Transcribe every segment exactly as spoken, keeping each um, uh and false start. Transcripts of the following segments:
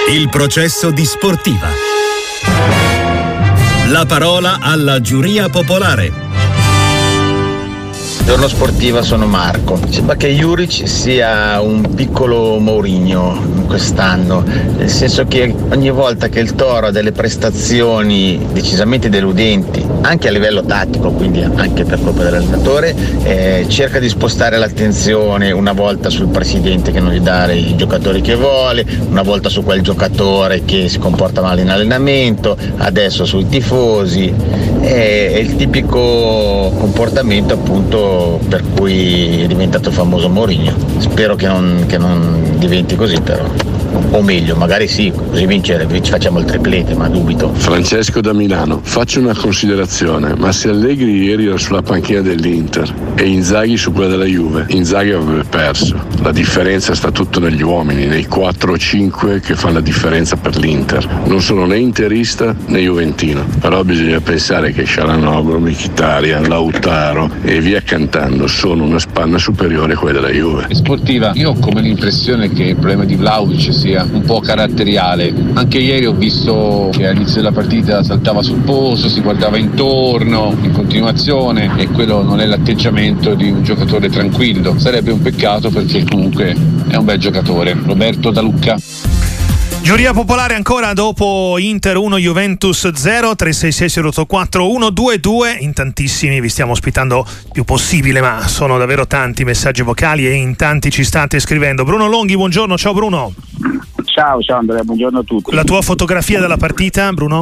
Il processo di Sportiva. La parola alla giuria popolare. Giorno Sportiva, sono Marco. Sembra che Juric sia un piccolo Mourinho quest'anno, nel senso che ogni volta che il Toro ha delle prestazioni decisamente deludenti, anche a livello tattico, quindi anche per colpa dell'allenatore, eh, cerca di spostare l'attenzione una volta sul presidente che non gli dà i giocatori che vuole, una volta su quel giocatore che si comporta male in allenamento, adesso sui tifosi. È, è il tipico comportamento appunto per cui è diventato famoso Mourinho. Spero che non, che non diventi così, però, o meglio, magari sì, così vincere, ci facciamo il triplete, ma dubito. Francesco da Milano. Faccio una considerazione, ma se Allegri ieri era sulla panchina dell'Inter e Inzaghi su quella della Juve, Inzaghi avrebbe perso. La differenza sta tutto negli uomini, nei quattro o cinque che fanno la differenza per l'Inter. Non sono né interista né juventino, però bisogna pensare che Çalhanoğlu, Mkhitaryan, Lautaro e via cantando sono una spanna superiore a quella della Juve. Sportiva, io ho come l'impressione che il problema di Vlahovic sia un po' caratteriale. Anche ieri ho visto che all'inizio della partita saltava sul posto, si guardava intorno in continuazione, e quello non è l'atteggiamento di un giocatore tranquillo. Sarebbe un peccato, perché comunque è un bel giocatore. Roberto da Lucca. Giuria popolare ancora dopo Inter uno Juventus zero, tre sei sei zero otto quattro uno due due. In tantissimi vi stiamo ospitando più possibile, ma sono davvero tanti messaggi vocali e in tanti ci state scrivendo. Bruno Longhi, buongiorno. Ciao Bruno. Ciao, ciao Andrea, buongiorno a tutti. La tua fotografia della partita, Bruno?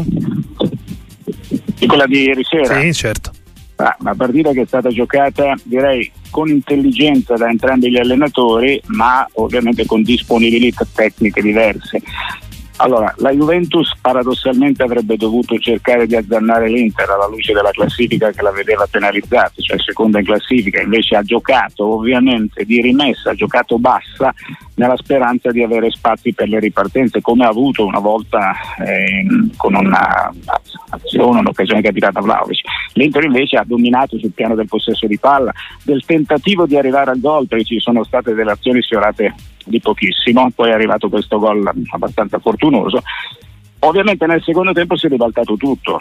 Di quella di ieri sera? Sì, certo. Ah, una partita che è stata giocata, direi, con intelligenza da entrambi gli allenatori, ma ovviamente con disponibilità tecniche diverse. Allora, la Juventus paradossalmente avrebbe dovuto cercare di azzannare l'Inter alla luce della classifica che la vedeva penalizzata, cioè seconda in classifica. Invece ha giocato ovviamente di rimessa, ha giocato bassa, nella speranza di avere spazi per le ripartenze, come ha avuto una volta eh, con una azione, un'occasione capitata a Vlahovic. L'Inter invece ha dominato sul piano del possesso di palla, del tentativo di arrivare al gol, perché ci sono state delle azioni sfiorate di pochissimo, poi è arrivato questo gol abbastanza fortunoso. Ovviamente nel secondo tempo si è ribaltato tutto.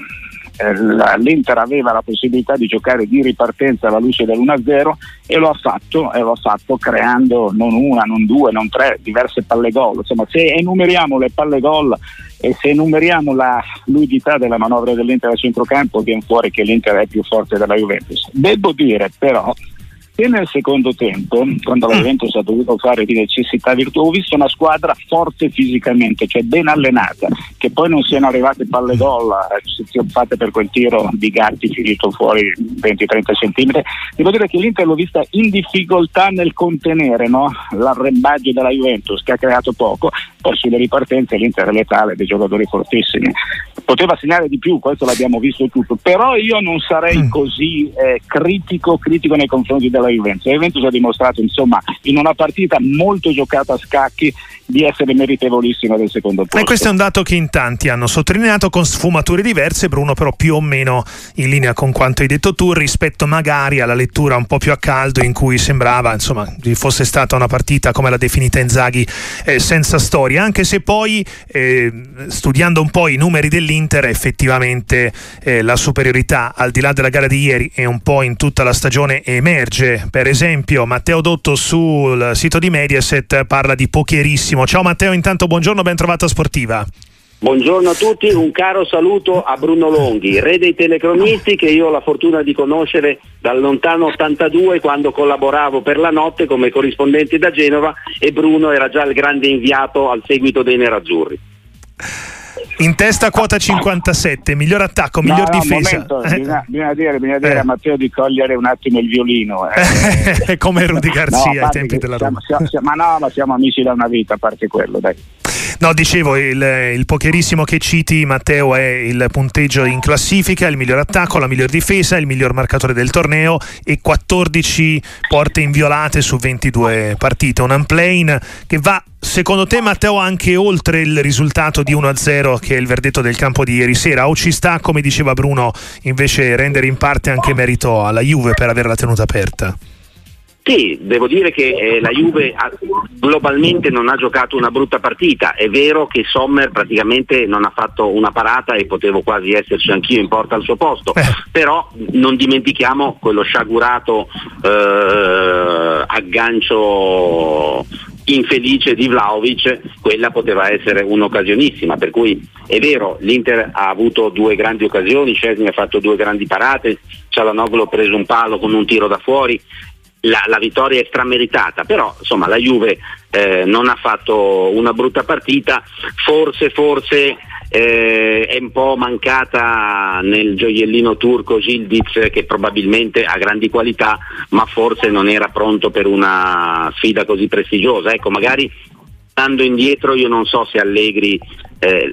Eh, L'Inter aveva la possibilità di giocare di ripartenza alla luce dell'uno a zero e lo ha fatto, e lo ha fatto creando non una, non due, non tre, diverse palle gol. Insomma, se enumeriamo le palle gol e se enumeriamo la fluidità della manovra dell'Inter al centrocampo, viene fuori che l'Inter è più forte della Juventus. Devo dire però che nel secondo tempo, quando la Juventus ha dovuto fare di necessità virtù, ho visto una squadra forte fisicamente, cioè ben allenata, che poi non siano arrivate palle gol, eccezione fatte per quel tiro di Gatti finito fuori venti trenta centimetri. Devo dire che l'Inter l'ho vista in difficoltà nel contenere, no? l'arrembaggio della Juventus, che ha creato poco. Poi sulle ripartenze l'Inter è letale, dei giocatori fortissimi, poteva segnare di più, questo l'abbiamo visto tutto, però io non sarei mm. così eh, critico critico nei confronti della Juventus. La Juventus ha dimostrato, insomma, in una partita molto giocata a scacchi, di essere meritevolissima del secondo posto. E questo è un dato che in tanti hanno sottolineato, con sfumature diverse, Bruno, però più o meno in linea con quanto hai detto tu, rispetto magari alla lettura un po' più a caldo, in cui sembrava, insomma, fosse stata una partita, come l'ha definita Inzaghi, eh, senza storia, anche se poi eh, studiando un po' i numeri dell'Inter, effettivamente eh, la superiorità, al di là della gara di ieri e un po' in tutta la stagione, emerge. Per esempio Matteo Dotto sul sito di Mediaset parla di pokerissimo. Ciao Matteo, intanto buongiorno, ben trovato a Sportiva. Buongiorno a tutti, un caro saluto a Bruno Longhi, re dei telecronisti, che io ho la fortuna di conoscere dal lontano ottantadue, quando collaboravo per La Notte come corrispondente da Genova, e Bruno era già il grande inviato al seguito dei nerazzurri. In testa quota cinquantasette, miglior attacco, miglior no, no, difesa. Momento, eh. bisogna, bisogna dire, bisogna dire eh. a Matteo di cogliere un attimo il violino. Eh. Come Rudy Garcia no, ai tempi della Roma. Siamo, siamo, ma no, ma siamo amici da una vita, a parte quello, dai. No, dicevo, il, il pokerissimo che citi, Matteo, è il punteggio in classifica, il miglior attacco, la miglior difesa, il miglior marcatore del torneo e quattordici porte inviolate su ventidue partite. Un unplane che va, secondo te, Matteo, anche oltre il risultato di uno a zero, che è il verdetto del campo di ieri sera, o ci sta, come diceva Bruno, invece rendere in parte anche merito alla Juve per averla tenuta aperta? Sì, devo dire che eh, la Juve ha, globalmente non ha giocato una brutta partita. È vero che Sommer praticamente non ha fatto una parata e potevo quasi esserci anch'io in porta al suo posto, eh. però non dimentichiamo quello sciagurato eh, aggancio infelice di Vlahovic. Quella poteva essere un'occasionissima, per cui è vero, l'Inter ha avuto due grandi occasioni, Szczęsny ha fatto due grandi parate, Çalhanoğlu ha preso un palo con un tiro da fuori. La, la vittoria è strameritata, però insomma la Juve eh, non ha fatto una brutta partita, forse forse eh, è un po' mancata nel gioiellino turco Yildiz, che probabilmente ha grandi qualità ma forse non era pronto per una sfida così prestigiosa. Ecco, magari andando indietro io non so se Allegri eh,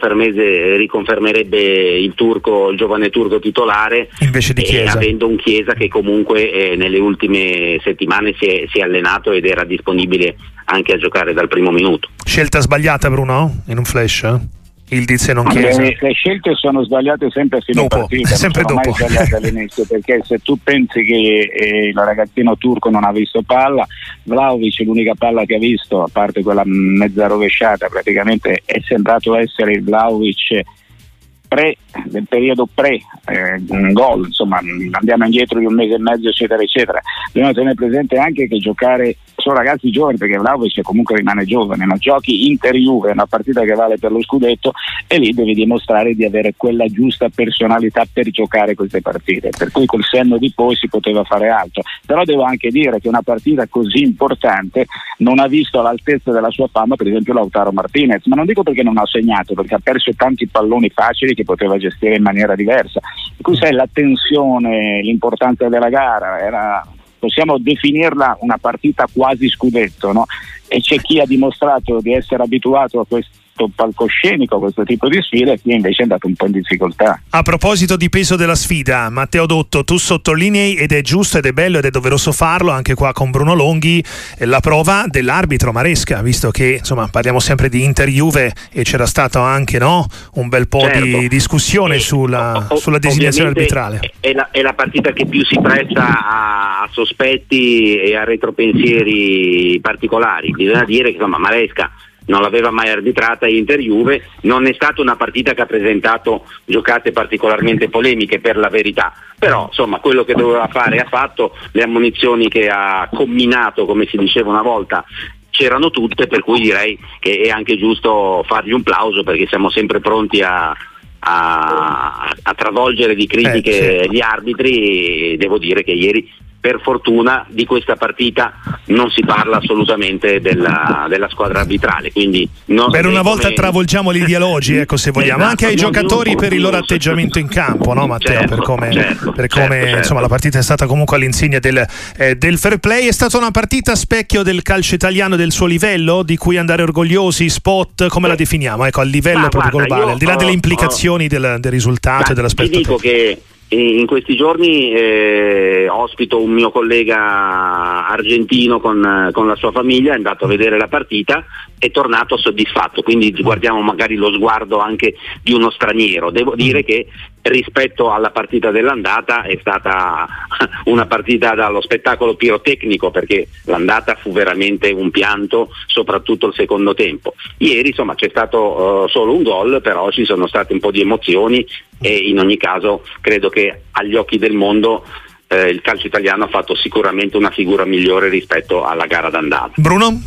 riconfermerebbe il turco, il giovane turco titolare invece di Chiesa, eh, avendo un Chiesa che comunque eh, nelle ultime settimane si è, si è allenato ed era disponibile anche a giocare dal primo minuto. Scelta sbagliata, Bruno, in un flash? Il Diz e non Chiesa. Le, le scelte sono sbagliate sempre a fine dopo, partita, sempre non sono dopo. mai sbagliate all'inizio, perché se tu pensi che eh, il ragazzino turco non ha visto palla, Vlahovic l'unica palla che ha visto, a parte quella mezza rovesciata, praticamente è sembrato essere il Vlahovic pre, del periodo pre eh, gol, insomma andiamo indietro di un mese e mezzo eccetera eccetera. Dobbiamo tenere presente anche che giocare, sono ragazzi giovani, perché Vlahovic comunque rimane giovane, ma giochi Inter-Juve, è una partita che vale per lo scudetto e lì devi dimostrare di avere quella giusta personalità per giocare queste partite, per cui col senno di poi si poteva fare altro. Però devo anche dire che una partita così importante non ha visto all'altezza della sua fama per esempio Lautaro Martinez, ma non dico perché non ha segnato, perché ha perso tanti palloni facili che poteva gestire in maniera diversa, per cui sai, la tensione, l'importanza della gara era, possiamo definirla una partita quasi scudetto, no? E c'è chi ha dimostrato di essere abituato a questo palcoscenico, a questo tipo di sfide, e chi invece è andato un po' in difficoltà. A proposito di peso della sfida, Matteo Dotto, tu sottolinei, ed è giusto ed è bello ed è doveroso farlo anche qua con Bruno Longhi, la prova dell'arbitro Maresca, visto che insomma parliamo sempre di Inter-Juve e c'era stato anche, no, un bel po' certo. di discussione e, sulla, o, sulla designazione arbitrale. È la, è la partita che più si presta a, a sospetti e a retropensieri particolari. Bisogna dire che insomma Maresca non l'aveva mai arbitrata Inter-Juve, non è stata una partita che ha presentato giocate particolarmente polemiche, per la verità, però insomma quello che doveva fare ha fatto, le ammonizioni che ha comminato, come si diceva una volta, c'erano tutte, per cui direi che è anche giusto fargli un plauso, perché siamo sempre pronti a, a, a travolgere di critiche eh, sì. gli arbitri, e devo dire che ieri per fortuna di questa partita non si parla assolutamente della, della squadra arbitrale, quindi non per una volta come... travolgiamo gli ideologi, ecco, se vogliamo, esatto, anche ai giocatori per il loro atteggiamento in campo, no Matteo? Certo, per come, certo, per come certo, insomma certo. la partita è stata comunque all'insegna del, eh, del fair play. È stata una partita specchio del calcio italiano e del suo livello, di cui andare orgogliosi, spot, come la definiamo? Ecco, a livello Ma proprio guarda, globale, io, al di là delle oh, implicazioni oh, del, del risultato ma e dell'aspetto ti dico tecnico. che in questi giorni eh, ospito un mio collega argentino con, con la sua famiglia, è andato a vedere la partita, è tornato soddisfatto, quindi guardiamo magari lo sguardo anche di uno straniero. Devo dire che rispetto alla partita dell'andata è stata una partita dallo spettacolo pirotecnico, perché l'andata fu veramente un pianto, soprattutto il secondo tempo. Ieri insomma c'è stato uh, solo un gol, però ci sono state un po' di emozioni e in ogni caso credo che agli occhi del mondo eh, il calcio italiano ha fatto sicuramente una figura migliore rispetto alla gara d'andata. Bruno?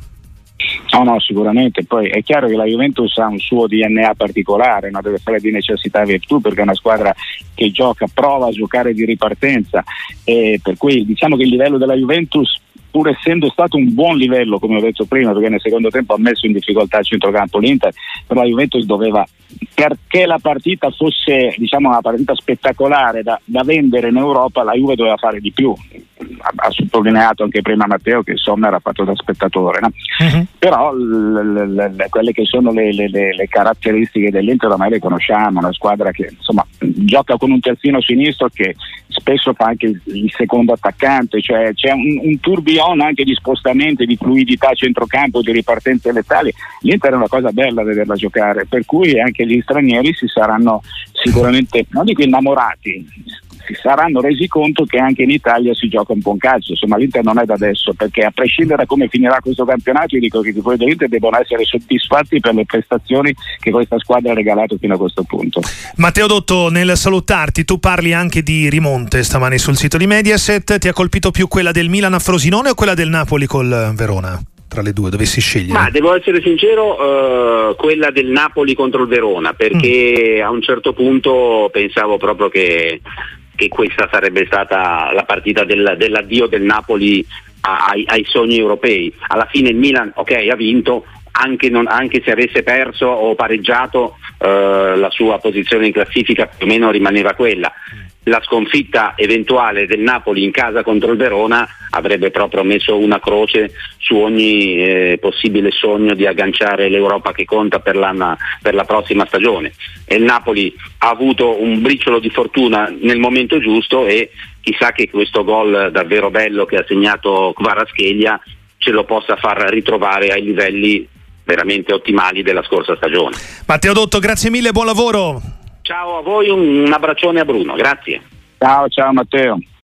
No, no, sicuramente. Poi è chiaro che la Juventus ha un suo D N A particolare, no? Deve fare di necessità e virtù, perché è una squadra che gioca, prova a giocare di ripartenza, e per cui diciamo che il livello della Juventus, pur essendo stato un buon livello, come ho detto prima, perché nel secondo tempo ha messo in difficoltà il centrocampo l'Inter, però la Juventus doveva, perché la partita fosse diciamo una partita spettacolare da, da vendere in Europa, la Juve doveva fare di più. Ha, ha sottolineato anche prima Matteo che insomma era fatto da spettatore, no? Uh-huh. Però l, l, l, quelle che sono le, le, le caratteristiche dell'Inter ormai le conosciamo, una squadra che insomma gioca con un terzino sinistro che spesso fa anche il, il secondo attaccante, cioè c'è un, un tourbillon anche di spostamenti, di fluidità a centrocampo, di ripartenze letali. L'Inter è una cosa bella vederla giocare, per cui anche gli stranieri si saranno sicuramente, non dico innamorati, si saranno resi conto che anche in Italia si gioca un buon calcio. Insomma, l'Inter non è da adesso, perché a prescindere da come finirà questo campionato, io dico che i tifosi dell'Inter devono essere soddisfatti per le prestazioni che questa squadra ha regalato fino a questo punto. Matteo Dotto, nel salutarti, tu parli anche di rimonte stamani sul sito di Mediaset. Ti ha colpito più quella del Milan a Frosinone o quella del Napoli col Verona? Tra le due dovessi scegliere? Ma devo essere sincero, uh, quella del Napoli contro il Verona, perché mm. a un certo punto pensavo proprio che, che questa sarebbe stata la partita del, dell'addio del Napoli ai, ai sogni europei. Alla fine il Milan, ok, ha vinto, anche, non, anche se avesse perso o pareggiato, uh, la sua posizione in classifica più o meno rimaneva quella. La sconfitta eventuale del Napoli in casa contro il Verona avrebbe proprio messo una croce su ogni eh, possibile sogno di agganciare l'Europa che conta per la, per la prossima stagione. E il Napoli ha avuto un briciolo di fortuna nel momento giusto e chissà che questo gol davvero bello che ha segnato Kvaratskhelia ce lo possa far ritrovare ai livelli veramente ottimali della scorsa stagione. Matteo Dotto, grazie mille, buon lavoro. Ciao a voi, un abbraccione a Bruno, grazie. Ciao, ciao Matteo.